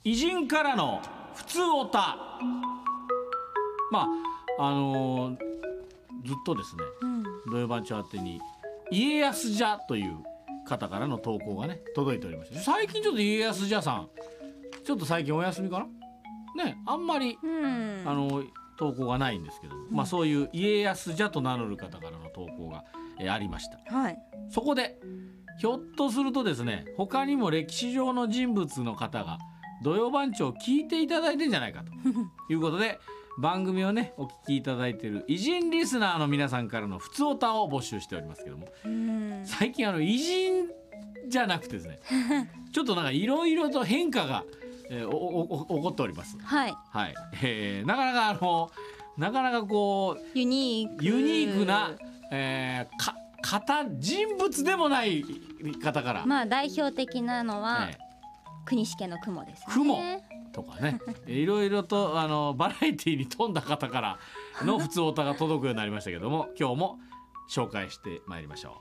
偉人からのふつおた。まあずっとですね、土曜番長宛てに家康じゃという方からの投稿がね届いておりまして、最近ちょっと家康じゃさんちょっと最近お休みかなね、あんまり、投稿がないんですけど、まあそういう家康じゃと名乗る方からの投稿が、ありました。そこでひょっとするとですね、他にも歴史上の人物の方が土曜番長を聞いていただいてんじゃないかということで番組をねお聞きいただいている偉人リスナーの皆さんからのふつおたを募集しておりますけども、最近偉人じゃなくてですねちょっとなんかいろいろと変化が、起こっております。なかなかこうユニークな、人物でもない方から、 まあ代表的なのは、国試の雲ですね。 雲とかねいろいろとバラエティに富んだ方からのふつおたが届くようになりましたけども、今日も紹介してまいりましょ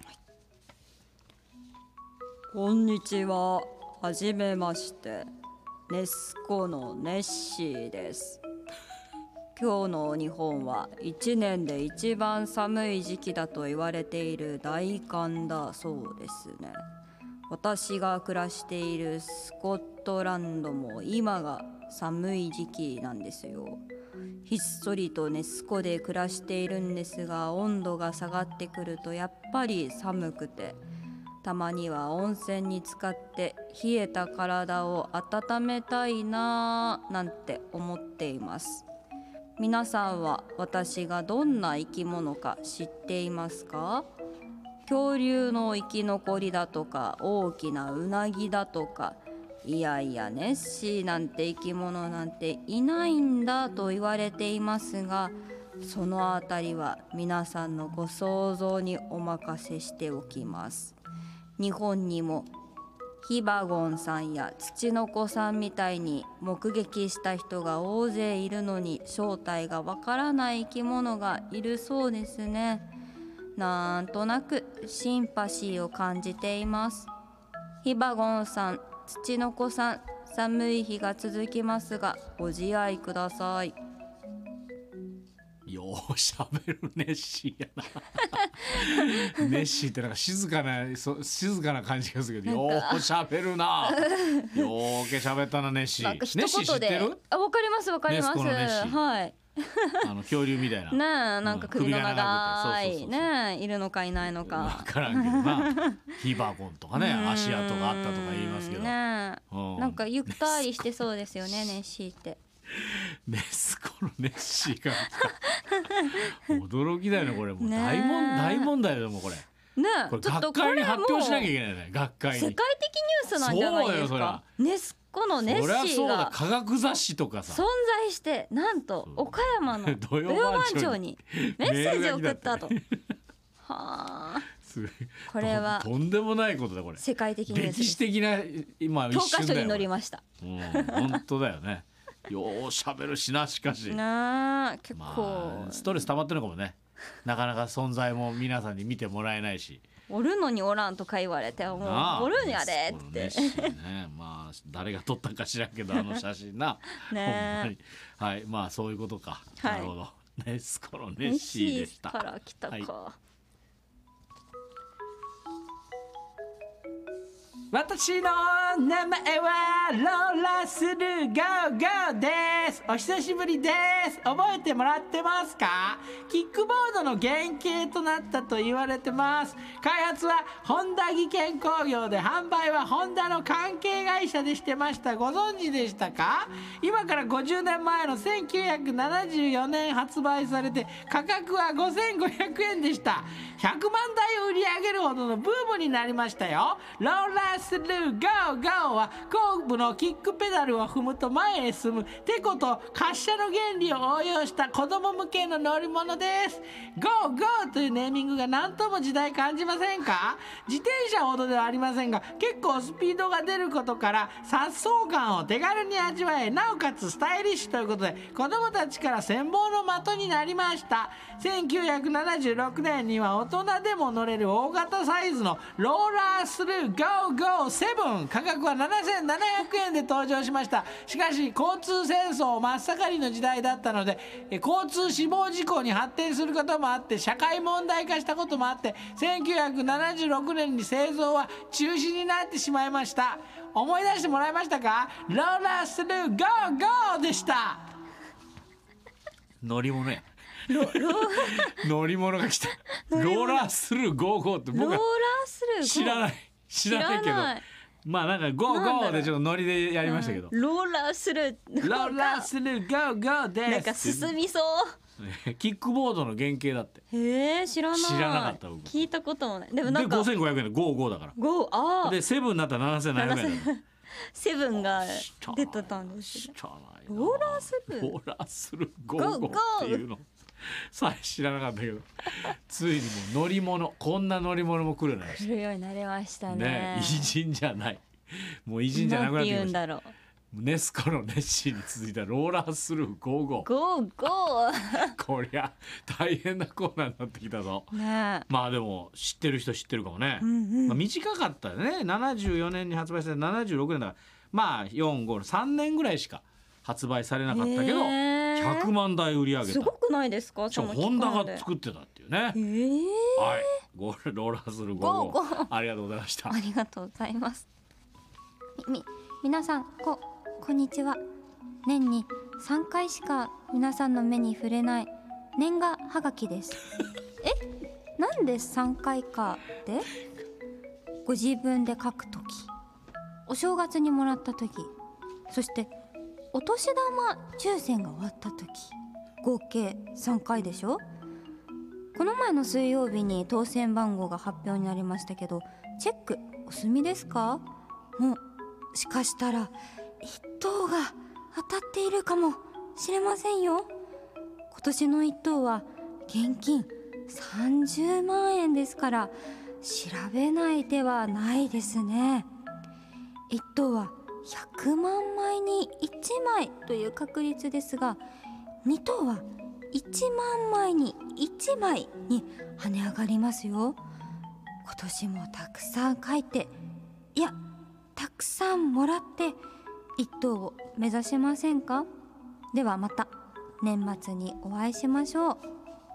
う。こんにちは、はじめまして、ネスコのネッシーです。今日の日本は1年で一番寒い時期だと言われている大寒だそうですね。私が暮らしているスコットランドも今が寒い時期なんですよ。ひっそりとネスコで暮らしているんですが、温度が下がってくるとやっぱり寒くて、たまには温泉に浸かって冷えた体を温めたいなぁなんて思っています。皆さんは私がどんな生き物か知っていますか？恐竜の生き残りだとか大きなウナギだとか、いやいやネッシーなんて生き物なんていないんだと言われていますが、そのあたりは皆さんのご想像にお任せしておきます。日本にもヒバゴンさんやツチノコさんみたいに目撃した人が大勢いるのに正体がわからない生き物がいるそうですね。なんとなくシンパシーを感じています。ヒバゴンさん、ツチノコさん、寒い日が続きますがご自愛ください。 ようしゃべるネッシーやなネッシーってなんか静かな感じがするけど、ようしゃべるなようけしゃべったなネッシー。 なんか一ネッシー知って言でる？ わかりますわかります。 ネスコのネッシーはい。 恐竜みたいなねえ、なんか首の長いそうねえ、いるのかいないのか分からんけどなヒバゴンとかね足跡があったとか言いますけど、 ねえ、なんかゆったりしてそうですよねネッシーって。 ネスコのネッシーが驚きだよねこれ。もう大問題だよもうこれ。 ねえ、 これ学会に発表しなきゃいけないね。学会に世界的ニュースなんじゃないですか。ネスコのネッシーが科学雑誌とかさ存在して、なんと岡山の土曜番長にメッセージを送ったとはあ、これはとんでもないことだこれ。 世界的ニュースです。 歴史的な今一瞬だよ。 教科書に載りました。 本当だよね。ようしゃべるしな、しかしなあ、結構、 ストレス溜まってるのかもね。なかなか存在も皆さんに見てもらえないし、 おるのにおらんとか言われて、もうおるんやでって、 ね、まあ誰が撮ったか知らんけどあの写真なね、 はい、まあそういうことか、 はい、 なるほど。ネスコのネッシーでした。 から来たか、はい、 私の名前はローラスルゴーゴーです。お久しぶりです。覚えてもらってますか？キックボードの原型となったと言われてます。開発はホンダ技研工業で、販売はホンダの関係会社でしてました。ご存知でしたか？今から50年前の1974年発売されて、価格は5500円でした。100万台を売り上げるほどのブームになりましたよ。ローラスルゴーゴーは後部のキックペダルを踏むと前へ進むテコと滑車の原理を応用した子供向けの乗り物です。ゴーゴーというネーミングが何とも時代感じませんか？自転車ほどではありませんが、結構スピードが出ることから颯爽感を手軽に味わえ、なおかつスタイリッシュということで子供たちから羨望の的になりました。1976年には大人でも乗れる大型サイズのローラースルーゴーゴ 7価格は7700円で登場しました。しかし交通戦争真っ盛りの時代だったので交通死亡事故に発展することもあって社会問題化したこともあって1976年に製造は中止になってしまいました。思い出してもらえましたか？ローラースルーゴーゴーでした。 乗り物や乗り物が来た。ローラースルーゴーゴーって僕は知らないけど、まあなんかゴーゴーでちょっとノリでやりましたけど、 ローラースルーローラースルーゴーゴーです。 なんか進みそうキックボードの原型だって。 へえ、知らなかった僕。 聞いたこともない。でもなんか 5500円でゴーゴーだから。 ゴー、ああ。 でセブンになったら7700円だ。 セブンが出てたんですね。ローラースルーローラースルーゴーゴーっていうのさえ知らなかったけどついにもう乗り物、こんな乗り物も来るようになりました。 来るようになりましたね。 ね、偉人じゃない、もう偉人じゃなくなってきました。 なんて言うんだろう。 ネスコのネッシーに続いたローラースルーゴーゴーゴーゴーこりゃ大変なコーナーになってきたぞ、 ね、 まあでも知ってる人知ってるかもね、 まあ、短かったよね。74年に発売されて76年だからまあ3年ぐらいしか発売されなかったけど100万台売り上げた。 すごくないですか？ しかもホンダが作ってたっていうね。はい、ローラースルーゴーゴーありがとうございました。 ありがとうございます。皆さんこんにちは。年に3回しか皆さんの目に触れない年賀はがきです。なんで3回かで？ご自分で書くとき、お正月にもらったとき、そしてお年玉抽選が終わったとき、合計3回でしょ。この前の水曜日に当選番号が発表になりましたけど、チェックお済みですか？もしかしたら1等が当たっているかもしれませんよ。今年の1等は現金30万円ですから調べない手はないですね。1等は100万枚に1枚という確率ですが、2等は1万枚に1枚に跳ね上がりますよ。今年もたくさん書いて、いやたくさんもらって1等を目指しませんか？ではまた年末にお会いしましょう。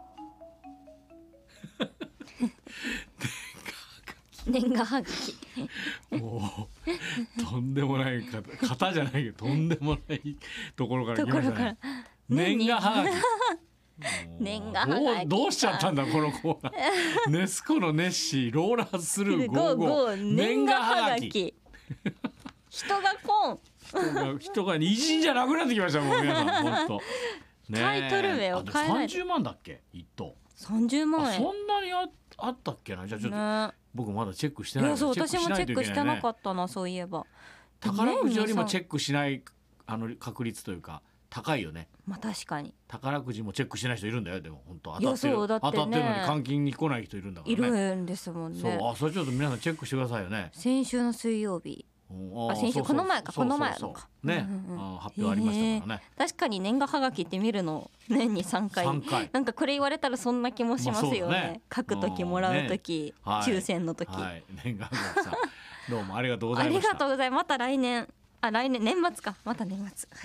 年賀はがきもうとんでもない型じゃないけどとんでもないところから来ましたね。年賀はがき年賀はがきどうしちゃったんだこのコーナーネスコのネッシーローラースルーゴーゴー年賀はがき人が人が偉人じゃなくなってきましたもう皆さん本当。 タイトル名を変えない。 30万だっけ1等。 30万円。 そんなにあったっけな。じゃあちょっと、僕まだチェックしてない。 そう私もチェックしてなかったな。そういえば宝くじよりもチェックしない確率というか高いよね。 まあ確かに宝くじもチェックしてない人いるんだよ。でも本当当たってる、 当たってるのに換金に来ない人いるんだからね。 いるんですもんね。 そうそれちょっと皆さんチェックしてくださいよね。 先週の水曜日、先週この前かこの前のかね、発表ありましたからね。 確かに年賀はがきって見るの年に3回なんかこれ言われたらそんな気もしますよね。書くときもらうとき、抽選のとき。 年賀はがきさんどうもありがとうございました。 ありがとうございます。また来年年末か。また年末。はい。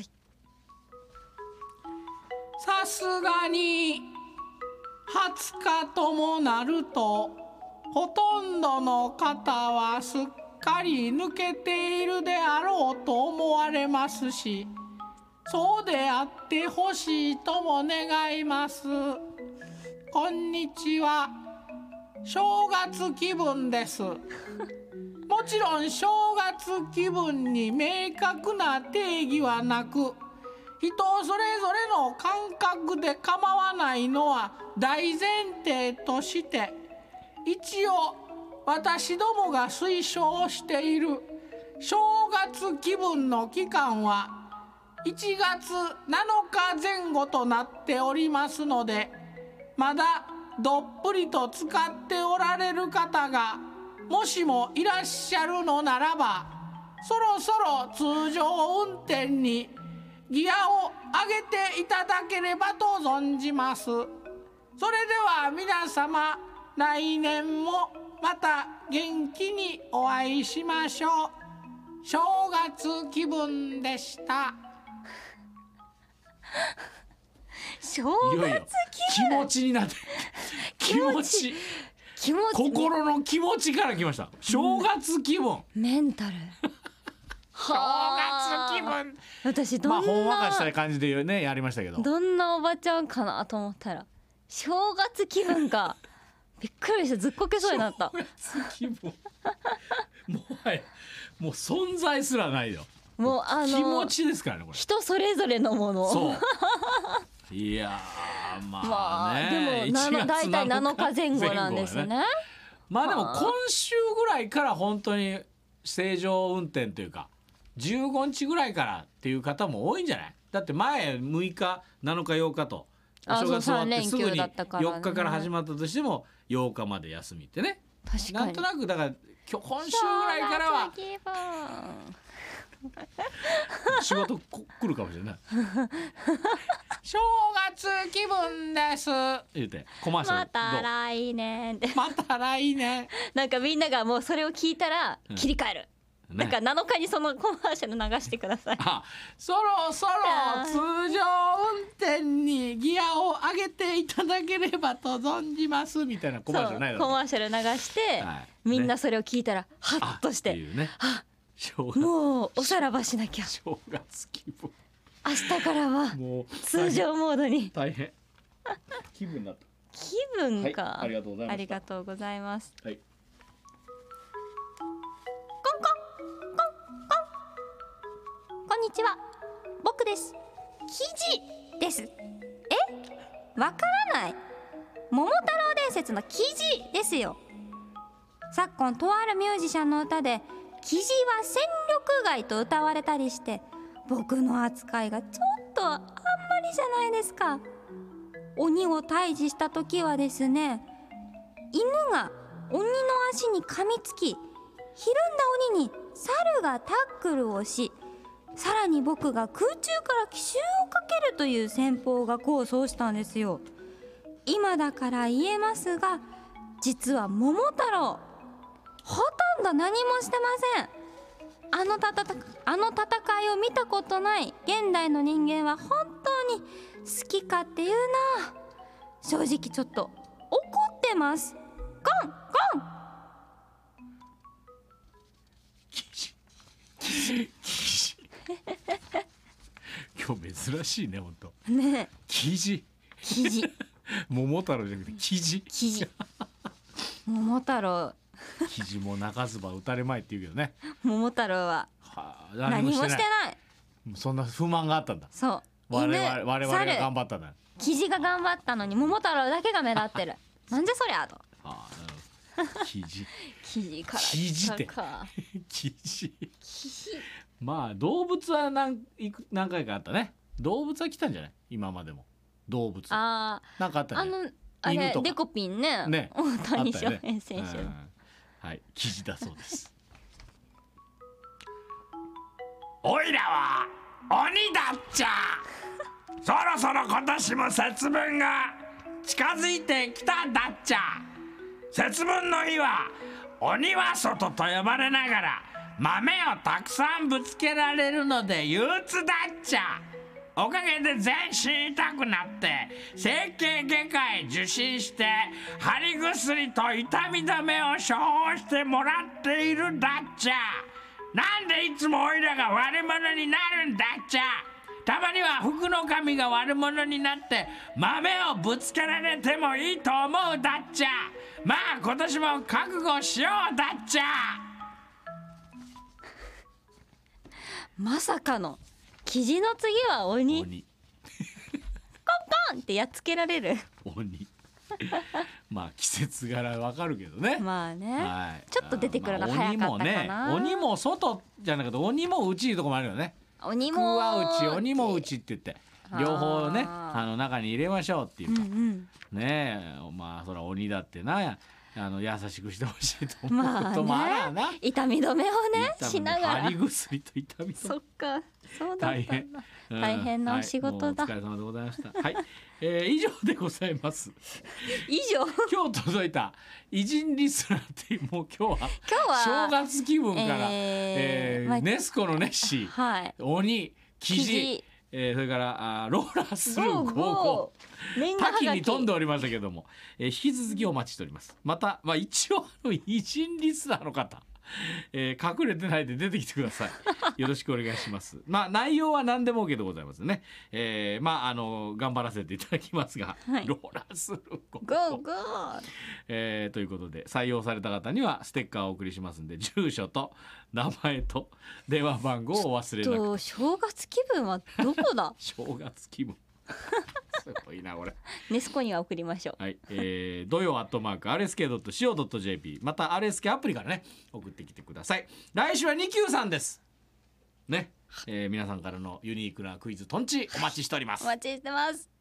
さすがに20日ともなるとほとんどの方はすっかり抜けているであろうと思われますし、そうであってほしいとも願います。こんにちは。正月気分です。もちろん正月気分に明確な定義はなく、人それぞれの感覚で構わないのは大前提として、一応私どもが推奨している正月気分の期間は1月7日前後となっておりますので、まだどっぷりと使っておられる方がもしもいらっしゃるのならば、そろそろ通常運転にギアを上げていただければと存じます。それでは皆様、来年もまた元気にお会いしましょう。正月気分でした。 正いよいよ月気持ちになって気持ち心の気持ちから来ました。正月気分、 メンタル正月気分。 私どんな、 ほんわかした感じでねやりましたけど、 どんなおばちゃんかなと思ったら正月気分かびっくりしてずっこけそうになった。 正月気分もはやもう存在すらないよ。 もう気持ちですからねこれ。 人それぞれのもの。 そういやまあね、 でも 1月大体7日前後なんですね。 まあでも今週ぐらいから本当に正常運転というか15日ぐらいからっていう方も多いんじゃない。だって前6日7日8日とお正月終わってすぐに4日から始まったとしても8日まで休みってね。 確かになんとなくだから今週ぐらいからは仕事来るかもしれない。 正月気分です言うてコマーシャルまた来年ってまた来年。 なんかみんながもうそれを聞いたら切り替える、 ねなんか7日にそのコマーシャル流してください。 あ、そろそろ通常運転にギアを上げていただければと存じますみたいなコマーシャルないだろコマーシャル流して、 はいみんなそれを聞いたらハッとしてっていうね。正月もうおさらばしなきゃ、 正月気分明日からはもう通常モードに。 大変気分になった。 気分か、 はいありがとうございましたありがとうございます。 はいこんにちは、僕です。キジです。わからない？桃太郎伝説のキジですよ。昨今とあるミュージシャンの歌でキジは戦力外と歌われたりして、僕の扱いがちょっとあんまりじゃないですか。鬼を退治した時はですね、犬が鬼の足に噛みつき、ひるんだ鬼に猿がタックルをし、さらに僕が空中から奇襲をかけるという戦法が功を奏したんですよ。今だから言えますが、実は桃太郎ほとんど何もしてません。あの戦いを見たことない現代の人間は本当に好きかっていうな。正直ちょっと怒ってます。ゴンゴン。 今日珍しいね本当。 ねえ、 キジキジ桃太郎じゃなくてキジキジ桃太郎キジも泣かずば打たれまいって言うけどね。 桃太郎ははあ、 何もしてない。 そんな不満があったんだ。 そう、 我々 犬が猿頑張ったんだ。 キジが頑張ったのに桃太郎だけが目立ってる。なんじゃそりゃと。 ああ、なるほど。キジキジからキジって来たか。 キジキジまあ動物は何回かあったね。動物は来たんじゃない今までも。動物あなんかあったあ、 ね。 あ犬とかれデコピンね、 ね大谷翔あったよね平選手、 うんはいキジだそうですおいらは鬼だっちゃ。そろそろ今年も節分が近づいてきただっちゃ。節分の日は鬼は外と呼ばれながら豆をたくさんぶつけられるので憂鬱だっちゃ。おかげで全身痛くなって整形外科へ受診して貼り薬と痛み止めを処方してもらっているだっちゃ。なんでいつもおいらが悪者になるんだっちゃ。たまには福の神が悪者になって豆をぶつけられてもいいと思うだっちゃ。まあ今年も覚悟しようだっちゃ。 まさかのキジの次は鬼。 鬼コンってやっつけられる。 鬼まあ季節柄わかるけどね。 まあね、 はいちょっと出てくるのが早かったかな。 鬼も外じゃなくて鬼も内いとこもあるよね。 鬼福はも内鬼も内って言って両方ねあー中に入れましょうっていうか、 うんうん、 ねえまあそら鬼だってな優しくしてほしいと思うまあこともあらねな、 痛み止めをねしながら。 貼り薬と痛み止めそっか、そうだったんだ。 大変、 大変なお仕事だ。 はい、もうお疲れ様でございました。はい、以上でございます。 以上。 今日届いた偉人リスナーっていう、もう今日は正月気分から、ネスコのネッシー、 はい。 鬼、キジ、それからローラースルー55、多岐に富んでおりましたけども、引き続きお待ちしております。また、一応偉人リスナーの方、隠れてないで出てきてください。よろしくお願いします。内容は何でも OK でございますね。頑張らせていただきますが、 はい、 ローラースルー 55、ゴーゴー、ということで採用された方にはステッカーをお送りしますんで、住所と名前と電話番号をお忘れなく。 正月気分はどこだ？ 正月気分すごいなこれ。 ネスコには送りましょう。 はい、土曜@rsk.co.jp、 また RSK アプリからね送ってきてください。来週は2級さんですね。皆さんからのユニークなクイズトンチお待ちしております。 お待ちしてます。